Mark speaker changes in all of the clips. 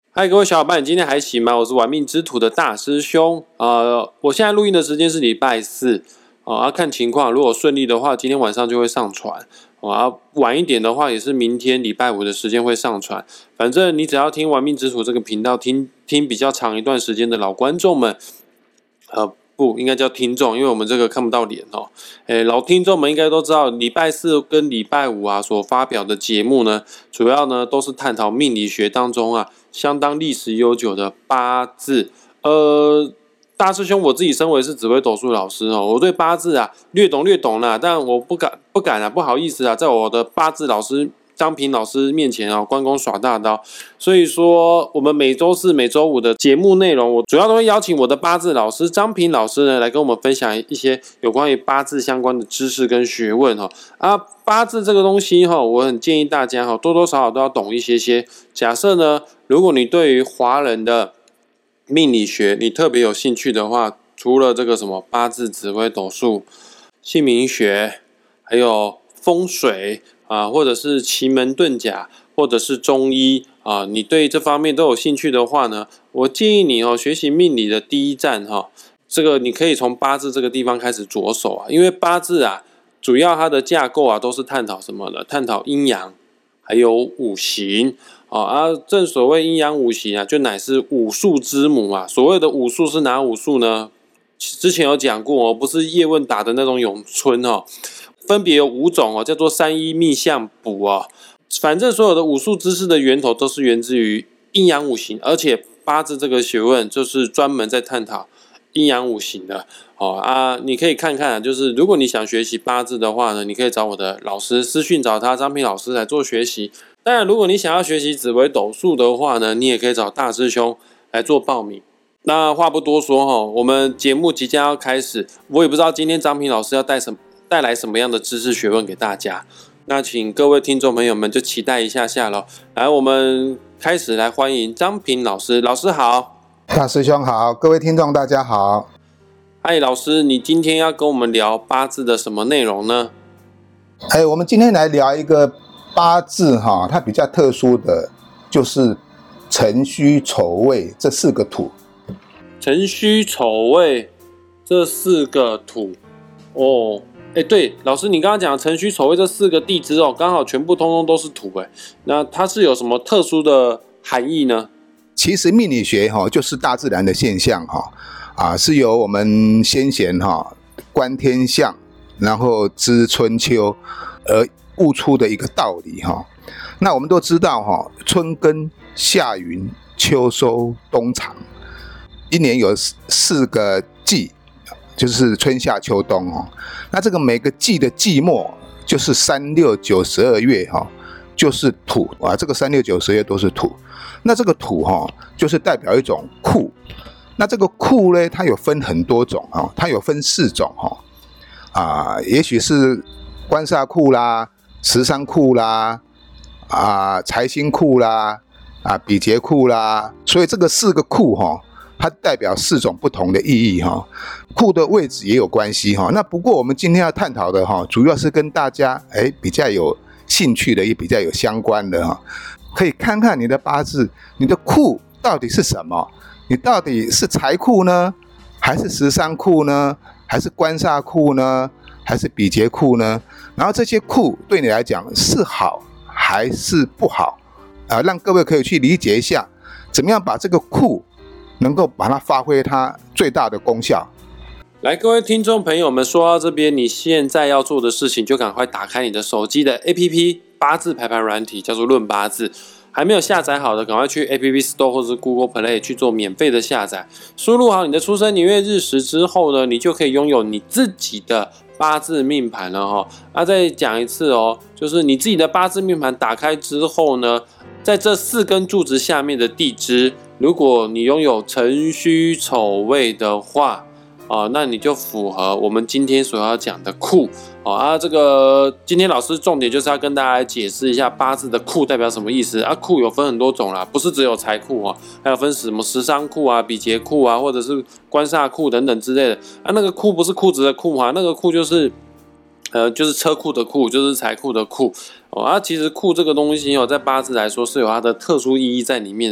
Speaker 1: 嗨，各位小伙伴，你今天还行吗？我是玩命之徒的大师兄。我现在录音的时间是礼拜四，看情况，如果顺利的话，今天晚上就会上传。晚一点的话，也是明天礼拜五的时间会上传。反正你只要听玩命之徒这个频道，听比较长一段时间的老观众们，不应该叫听众，因为我们这个看不到脸哦。老听众们应该都知道，礼拜四跟礼拜五所发表的节目呢，主要呢都是探讨命理学当中相当历史悠久的八字。大师兄我自己身为是紫微斗数老师我对八字略懂啦，但我不敢不好意思在我的八字老师张平老师面前关公耍大刀。所以说我们每周四每周五的节目内容，我主要都会邀请我的八字老师张平老师呢来跟我们分享一些有关于八字相关的知识跟学问八字这个东西我很建议大家多多少少都要懂一些。假设呢，如果你对于华人的命理学你特别有兴趣的话，除了这个什么八字、紫微斗数、姓名学，还有风水或者是奇门遁甲，或者是中医你对这方面都有兴趣的话呢，我建议你学习命理的第一站这个你可以从八字这个地方开始着手因为八字主要它的架构都是探讨什么呢？探讨阴阳，还有五行正所谓阴阳五行就乃是武术之母所谓的武术是哪武术呢？之前有讲过不是叶问打的那种咏春分别有5种叫做三一命相卜反正所有的武术知识的源头都是源自于阴阳五行，而且八字这个学问就是专门在探讨阴阳五行的你可以看看就是如果你想学习八字的话呢，你可以找我的老师私讯找他张平老师来做学习。当然如果你想要学习紫微斗数的话呢，你也可以找大师兄来做报名。那话不多说我们节目即将要开始，我也不知道今天张平老师要带来什么样的知识学问给大家，那请各位听众朋友们就期待一下咯。来，我们开始来欢迎张平老师。老师好。
Speaker 2: 大师兄好，各位听众大家好。
Speaker 1: 嗨，老师，你今天要跟我们聊八字的什么内容呢？
Speaker 2: 我们今天来聊一个八字它比较特殊的就是辰戌丑未这4个土。
Speaker 1: 辰戌丑未这4个土对，老师你刚刚讲辰戌丑未这4个地支刚好全部通通都是土那它是有什么特殊的含义呢？
Speaker 2: 其实命理学就是大自然的现象是由我们先贤观天象，然后知春秋而悟出的一个道理那我们都知道春耕、夏耘、秋收、冬藏，一年有4个季，就是春夏秋冬那这个每个季的季末就是3、6、9、12月就是土这个3、6、9、12月都是土。那这个土就是代表一种库。那这个库呢，它有分很多种它有分4种也许是官煞库啦、食伤库啦、财星库啦、比劫库啦，所以这个4个库它代表4种不同的意义库的位置也有关系那不过我们今天要探讨的主要是跟大家比较有兴趣的，也比较有相关的可以看看你的八字，你的库到底是什么？你到底是财库呢，还是食伤库呢，还是官煞库呢，还是比劫库呢？然后这些库对你来讲是好还是不好让各位可以去理解一下，怎么样把这个库能够把它发挥它最大的功效。
Speaker 1: 来，各位听众朋友们，说到这边，你现在要做的事情就赶快打开你的手机的 APP 八字排盘软体，叫做论八字。还没有下载好的，赶快去 App Store 或是 Google Play 去做免费的下载。输入好你的出生年月日时之后呢，你就可以拥有你自己的八字命盘了再讲一次就是你自己的八字命盘打开之后呢，在这4根柱子下面的地支，如果你拥有辰戌丑未的话那你就符合我们今天所要讲的库这个今天老师重点就是要跟大家解释一下八字的库代表什么意思库有分很多种啦，不是只有财库还有分什么食伤库比劫库或者是官煞库等等之类的那个库不是裤子的库那个库就是车库的库，就是财库的库其实库这个东西在八字来说是有它的特殊意义在里面的。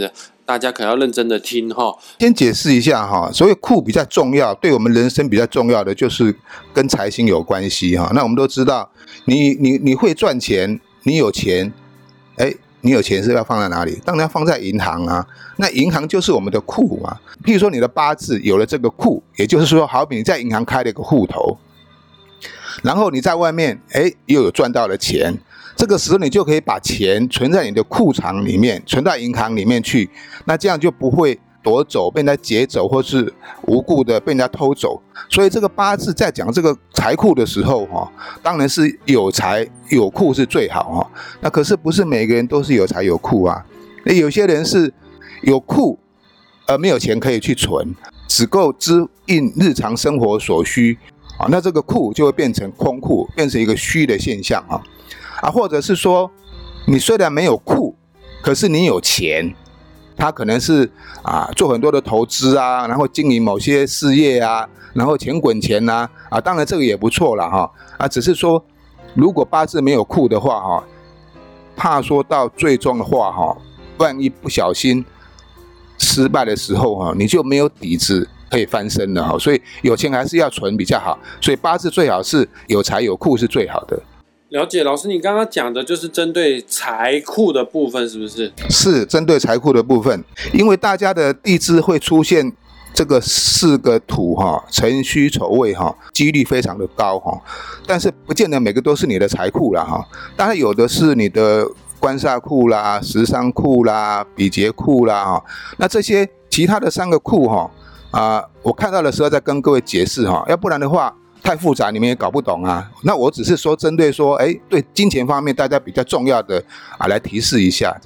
Speaker 1: 大家可能要认真的听哈。
Speaker 2: 先解释一下哈，所谓库比较重要，对我们人生比较重要的就是跟财星有关系哈。那我们都知道，你会赚钱，你有钱，你有钱是要放在哪里？当然要放在银行啊。那银行就是我们的库嘛。譬如说你的八字有了这个库，也就是说，好比你在银行开了一个户头，然后你在外面又有赚到了钱，这个时候你就可以把钱存在你的库藏里面，存到银行里面去，那这样就不会夺走，被人家劫走，或是无故的被人家偷走。所以这个八字在讲这个财库的时候当然是有财有库是最好那可是不是每个人都是有财有库啊，有些人是有库而没有钱可以去存，只够支应日常生活所需那这个库就会变成空库，变成一个虚的现象或者是说你虽然没有库，可是你有钱，他可能是做很多的投资然后经营某些事业然后钱滚钱当然这个也不错啦只是说如果八字没有库的话怕说到最终的话万一不小心失败的时候你就没有底子可以翻身了所以有钱还是要存比较好，所以八字最好是有财有库是最好的。
Speaker 1: 了解，老师，你刚刚讲的就是针对财库的部分，是不是？是
Speaker 2: 针对财库的部分，因为大家的地支会出现这个4个土辰戌丑未几率非常的高但是不见得每个都是你的财库啦当然有的是你的官煞库啦、食伤库啦、比劫库啦那这些其他的3个库我看到的时候再跟各位解释要不然的话太复杂你们也搞不懂那我只是说针对说对金钱方面大家比较重要的来提示一下。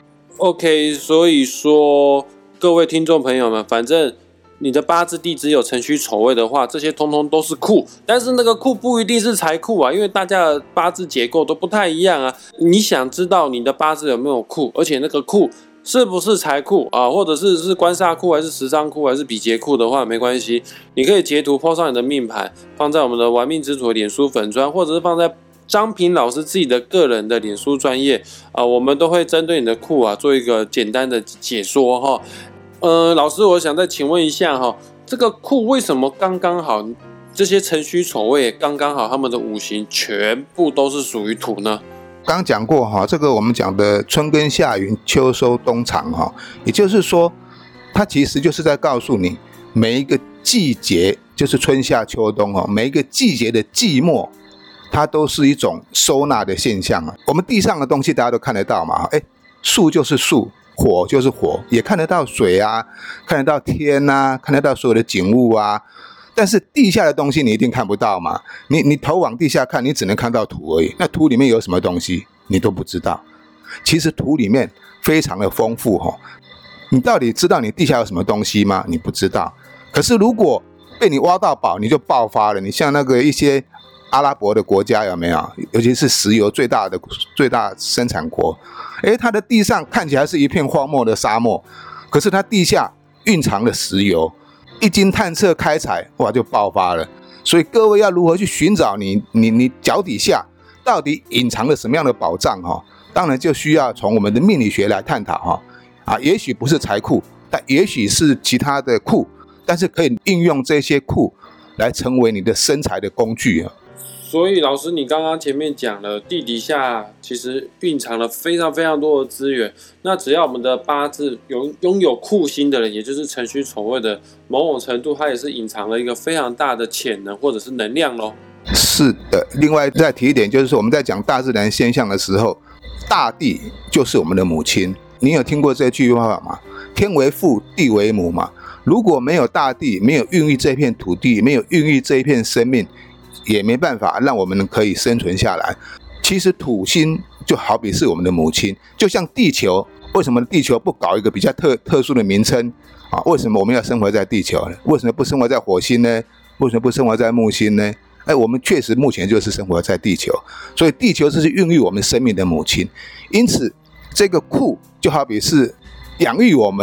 Speaker 1: OK， 所以说各位听众朋友们，反正你的八字地支有辰戌丑未的话，这些通通都是库，但是那个库不一定是财库因为大家的八字结构都不太一样你想知道你的八字有没有库，而且那个库是不是财库或者是官煞库还是食伤库还是比劫库的话，没关系，你可以截图 po 上你的命盘，放在我们的玩命之徒的脸书粉专，或者是放在张平老师自己的个人的脸书专页我们都会针对你的库做一个简单的解说老师，我想再请问一下这个库为什么刚刚好这些辰戌丑未刚刚好他们的五行全部都是属于土呢？
Speaker 2: 刚讲过这个我们讲的春耕夏耘秋收冬藏也就是说它其实就是在告诉你每一个季节就是春夏秋冬每一个季节的季末它都是一种收纳的现象我们地上的东西大家都看得到嘛树就是树，火就是火，也看得到水看得到天看得到所有的景物但是地下的东西你一定看不到嘛，你头往地下看，你只能看到土而已，那土里面有什么东西你都不知道。其实土里面非常的丰富你到底知道你地下有什么东西吗？你不知道。可是如果被你挖到宝，你就爆发了。你像那个一些阿拉伯的国家有没有，尤其是石油最大生产国它的地上看起来是一片荒漠的沙漠，可是它地下蕴藏了石油，一经探测开采哇就爆发了。所以各位要如何去寻找你脚底下到底隐藏了什么样的宝藏当然就需要从我们的命理学来探讨也许不是财库，但也许是其他的库，但是可以运用这些库来成为你的生财的工具
Speaker 1: 所以老师，你刚刚前面讲了，地底下其实蕴藏了非常非常多的资源。那只要我们的八字拥有库星的人，也就是辰戌丑未的，某种程度它也是隐藏了一个非常大的潜能或者是能量咯。
Speaker 2: 是的，另外再提一点，就是说我们在讲大自然现象的时候，大地就是我们的母亲。你有听过这句话吗？天为父，地为母嘛。如果没有大地，没有孕育这片土地，没有孕育这一片生命，也没办法让我们可以生存下来。其实土星就好比是我们的母亲，就像地球，为什么地球不搞一个比较特殊的名称为什么我们要生活在地球呢？为什么不生活在火星呢？为什么不生活在木星呢？我们确实目前就是生活在地球，所以地球就是孕育我们生命的母亲。因此这个库就好比是养育我们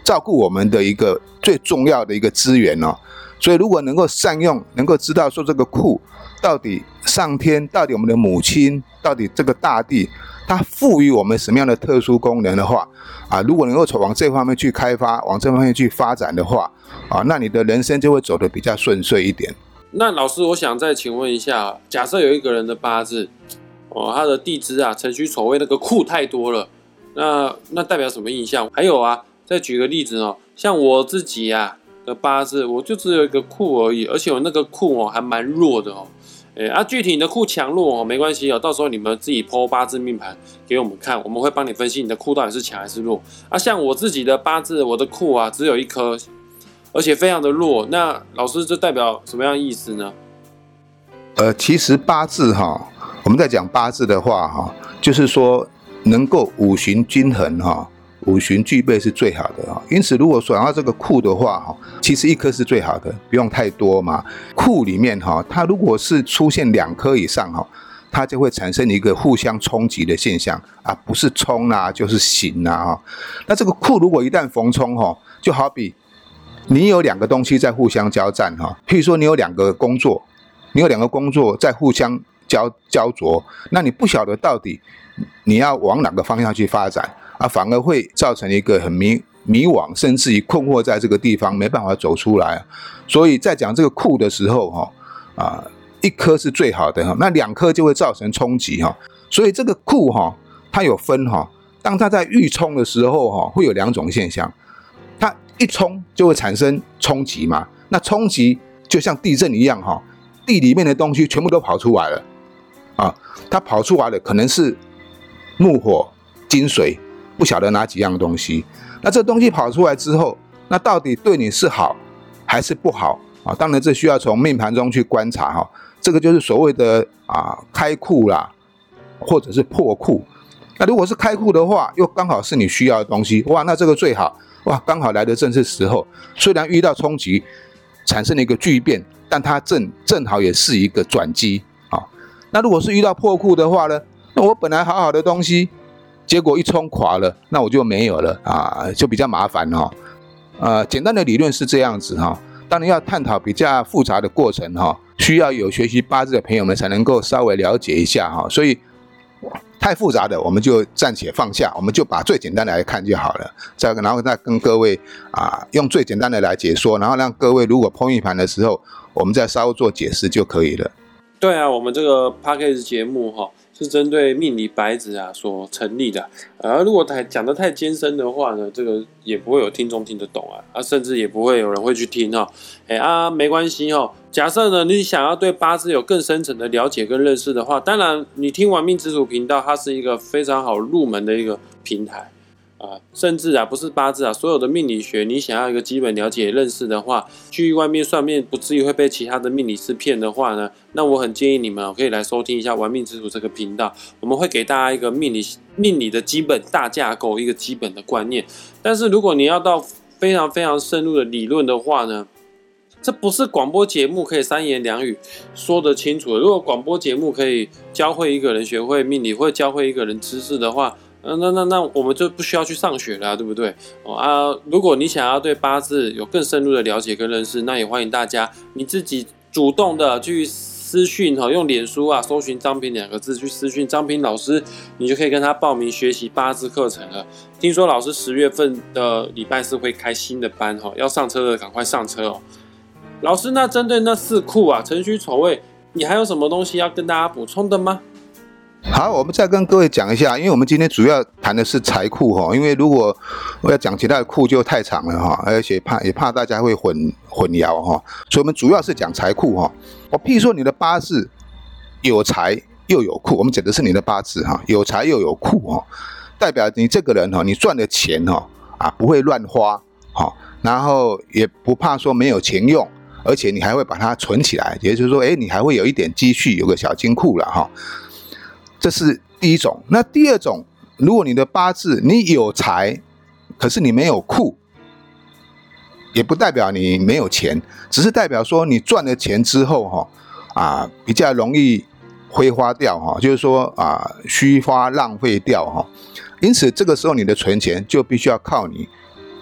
Speaker 2: 照顾我们的一个最重要的一个资源哦。所以如果能够善用，能够知道说这个库到底上天，到底我们的母亲，到底这个大地，它赋予我们什么样的特殊功能的话如果能够往这方面去开发，往这方面去发展的话那你的人生就会走得比较顺遂一点。
Speaker 1: 那老师，我想再请问一下，假设有一个人的八字他的地支辰戌丑未那个库太多了，那代表什么印象？还有再举个例子像我自己的八字，我就只有一个库而已，而且我那个库还蛮弱的具体你的库强弱没关系到时候你们自己 po 八字命盘给我们看，我们会帮你分析你的库到底是强还是弱像我自己的八字，我的库只有一颗，而且非常的弱，那老师这代表什么样的意思呢？
Speaker 2: 其实八字我们在讲八字的话就是说能够五行均衡五行具备是最好的因此如果想要这个库的话其实一颗是最好的，不用太多嘛。库里面它如果是出现2颗以上它就会产生一个互相冲击的现象不是冲就是刑那这个库如果一旦逢冲就好比你有2个东西在互相交战譬如说你有2个工作，在互相焦灼，那你不晓得到底你要往哪个方向去发展反而会造成一个很迷惘，甚至于困惑在这个地方没办法走出来。所以在讲这个库的时候1颗是最好的那2颗就会造成冲击所以这个库它有分当它在预冲的时候会有2种现象，它一冲就会产生冲击嘛，那冲击就像地震一样地里面的东西全部都跑出来了它跑出来的可能是木火金水，不晓得哪几样东西。那这东西跑出来之后，那到底对你是好还是不好当然这需要从命盘中去观察这个就是所谓的开库啦，或者是破库。那如果是开库的话，又刚好是你需要的东西，那这个最好刚好来的正是时候。虽然遇到冲击产生了一个巨变，但它正好也是一个转机那如果是遇到破库的话呢，那我本来好好的东西，结果一冲垮了，那我就没有了就比较麻烦简单的理论是这样子当然要探讨比较复杂的过程需要有学习八字的朋友们才能够稍微了解一下所以太复杂的我们就暂且放下，我们就把最简单的来看就好了，然后再跟各位用最简单的来解说，然后让各位如果剖命盘的时候，我们再稍微做解释就可以了。
Speaker 1: 对我们这个 Podcast 节目是针对命理白纸所成立的如果讲得太艰深的话呢，这个也不会有听众听得懂甚至也不会有人会去听没关系假设呢你想要对八字有更深层的了解跟认识的话，当然你听玩命之徒频道，它是一个非常好入门的一个平台甚至不是八字所有的命理学，你想要一个基本了解认识的话，去外面算命不至于会被其他的命理师骗的话呢，那我很建议你们可以来收听一下玩命之徒这个频道，我们会给大家一个命理的基本大架构，一个基本的观念。但是如果你要到非常非常深入的理论的话呢，这不是广播节目可以3言2语说得清楚的。如果广播节目可以教会一个人学会命理，或教会一个人知识的话，那我们就不需要去上学了对不对如果你想要对八字有更深入的了解跟认识，那也欢迎大家你自己主动的去私讯用脸书搜寻张平2个字去私讯张平老师，你就可以跟他报名学习八字课程了。听说老师10月份的礼拜4会开新的班要上车的赶快上车老师，那针对那4库辰戌丑未，你还有什么东西要跟大家补充的吗？
Speaker 2: 好，我们再跟各位讲一下，因为我们今天主要谈的是财库因为如果我要讲其他的库就太长了而且也怕大家会混淆所以我们主要是讲财库譬如说你的八字有财又有库，我们讲的是你的八字有财又有库代表你这个人你赚的钱不会乱花然后也不怕说没有钱用，而且你还会把它存起来，也就是说你还会有一点积蓄，有个小金库了这是第一种。那第二种，如果你的八字你有财，可是你没有库，也不代表你没有钱，只是代表说你赚了钱之后比较容易挥花掉就是说虚花浪费掉因此这个时候你的存钱就必须要靠你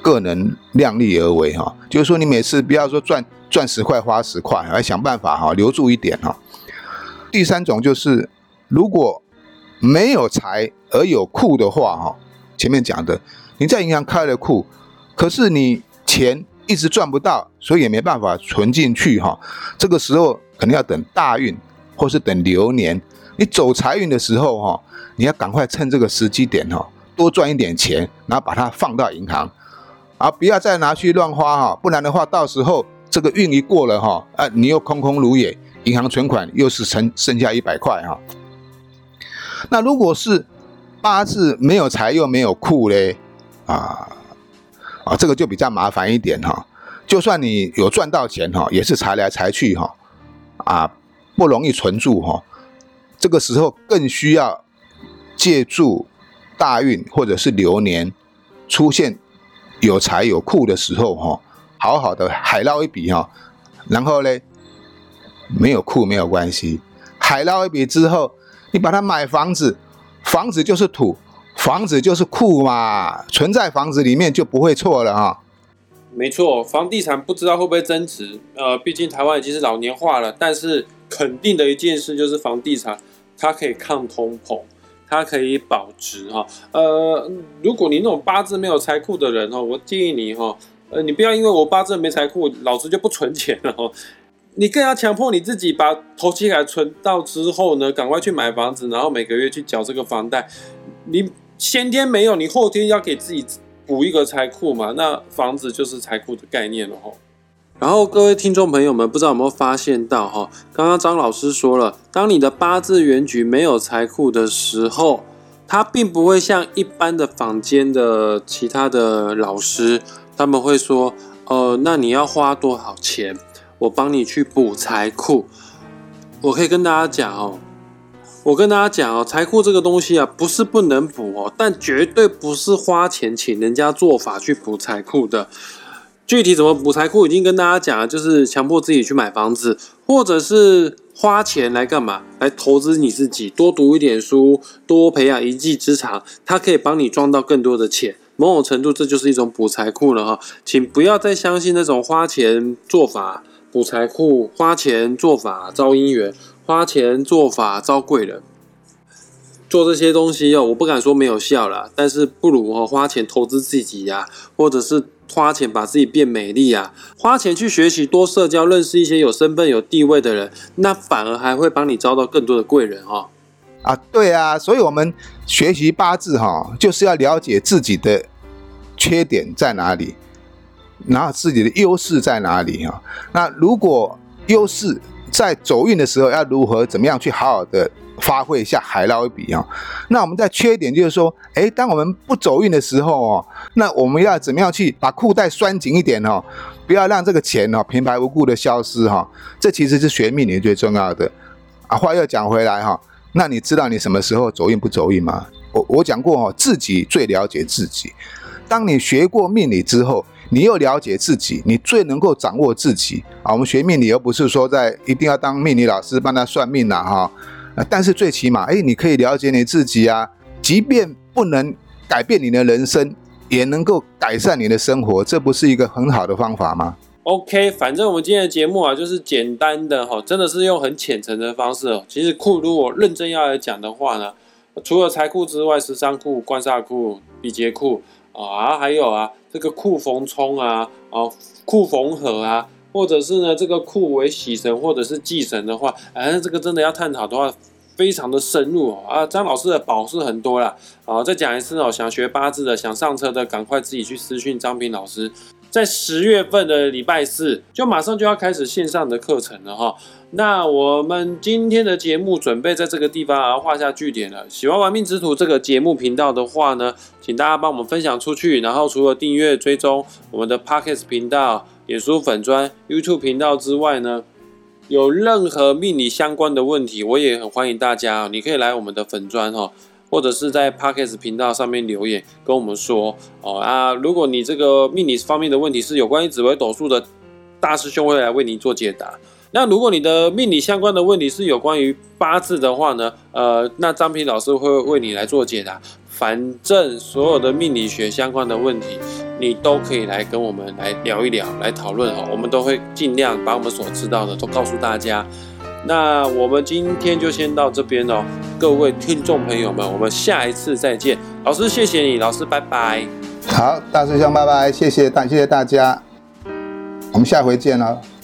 Speaker 2: 个人量力而为哈，就是说你每次不要说赚10块花10块，要想办法哈留住一点哈。第三种就是如果没有财而有库的话哈，前面讲的你在银行开了库，可是你钱一直赚不到，所以也没办法存进去哈。这个时候可能要等大运或是等流年，你走财运的时候哈，你要赶快趁这个时机点哈，多赚一点钱，然后把它放到银行，不要再拿去乱花哈，不然的话到时候这个运一过了哈，你又空空如也，银行存款又是剩下100块哈。那如果是八字没有财又没有库嘞，这个就比较麻烦一点哈。就算你有赚到钱哈，也是财来财去哈，不容易存住哈。这个时候更需要借助大运或者是流年出现有财有库的时候哈，好好的海捞一笔哈。然后呢，没有库没有关系，海捞一笔之后，你把它买房子，房子就是土，房子就是库嘛，存在房子里面就不会错了哈。
Speaker 1: 没错，房地产不知道会不会增值，毕竟台湾已经是老年化了，但是肯定的一件事就是房地产它可以抗通膨，它可以保值哈。如果你那种八字没有财库的人哈，我建议你哈，你不要因为我八字没财库，老子就不存钱了哈。你更要强迫你自己把头期款存到之后呢，赶快去买房子，然后每个月去缴这个房贷。你先天没有，你后天要给自己补一个财库嘛，那房子就是财库的概念了哈。然后各位听众朋友们，不知道有没有发现到哈，刚刚张老师说了，当你的八字原局没有财库的时候，它并不会像一般的坊间的其他的老师，他们会说，那你要花多少钱，我帮你去补财库。我可以跟大家讲财库这个东西不是不能补但绝对不是花钱请人家做法去补财库的。具体怎么补财库已经跟大家讲了，就是强迫自己去买房子，或者是花钱来干嘛？来投资你自己，多读一点书，多培养一技之长，它可以帮你赚到更多的钱。某种程度这就是一种补财库了哈，请不要再相信那种花钱做法补财库，花钱做法招姻缘，花钱做法招贵人。做这些东西我不敢说没有效啦，但是不如花钱投资自己或者是花钱把自己变美丽花钱去学习多社交，认识一些有身份有地位的人，那反而还会帮你招到更多的贵人
Speaker 2: 对啊，所以我们学习八字就是要了解自己的缺点在哪里，然后自己的优势在哪里那如果优势在走运的时候，要如何怎么样去好好的发挥一下，海捞一笔那我们在缺点就是说，当我们不走运的时候那我们要怎么样去把裤带拴紧一点不要让这个钱平白无故的消失这其实是学命理最重要的话又讲回来那你知道你什么时候走运不走运吗？我讲过自己最了解自己。当你学过命理之后，你又了解自己，你最能够掌握自己我们学命理又不是说一定要当命理老师帮他算命但是最起码你可以了解你自己即便不能改变你的人生，也能够改善你的生活，这不是一个很好的方法吗？
Speaker 1: OK， 反正我们今天的节目就是简单的真的是用很浅层的方式其实库如果认真要来讲的话呢，除了财库之外，食伤库、官煞库、比劫库还有这个库逢冲库逢合或者是呢这个库为喜神或者是忌神的话，这个真的要探讨的话非常的深入张老师的宝是很多啦再讲一次想学八字的，想上车的，赶快自己去私讯张平老师。在10月份的礼拜4就马上就要开始线上的课程了那我们今天的节目准备在这个地方画下句点了。喜欢玩命之徒这个节目频道的话呢，请大家帮我们分享出去，然后除了订阅追踪我们的 Podcast 频道、脸书粉专、YouTube 频道之外呢，有任何命理相关的问题，我也很欢迎大家你可以来我们的粉专或者是在 Podcast 频道上面留言跟我们说如果你这个命理方面的问题是有关于紫微斗数的，大师兄会来为你做解答。那如果你的命理相关的问题是有关于八字的话呢，那张平老师会为你来做解答。反正所有的命理学相关的问题你都可以来跟我们来聊一聊，来讨论哦。我们都会尽量把我们所知道的都告诉大家。那我们今天就先到这边哦，各位听众朋友们，我们下一次再见。老师，谢谢你，老师，拜拜。
Speaker 2: 好，大师兄，拜拜，谢谢大家，我们下回见了。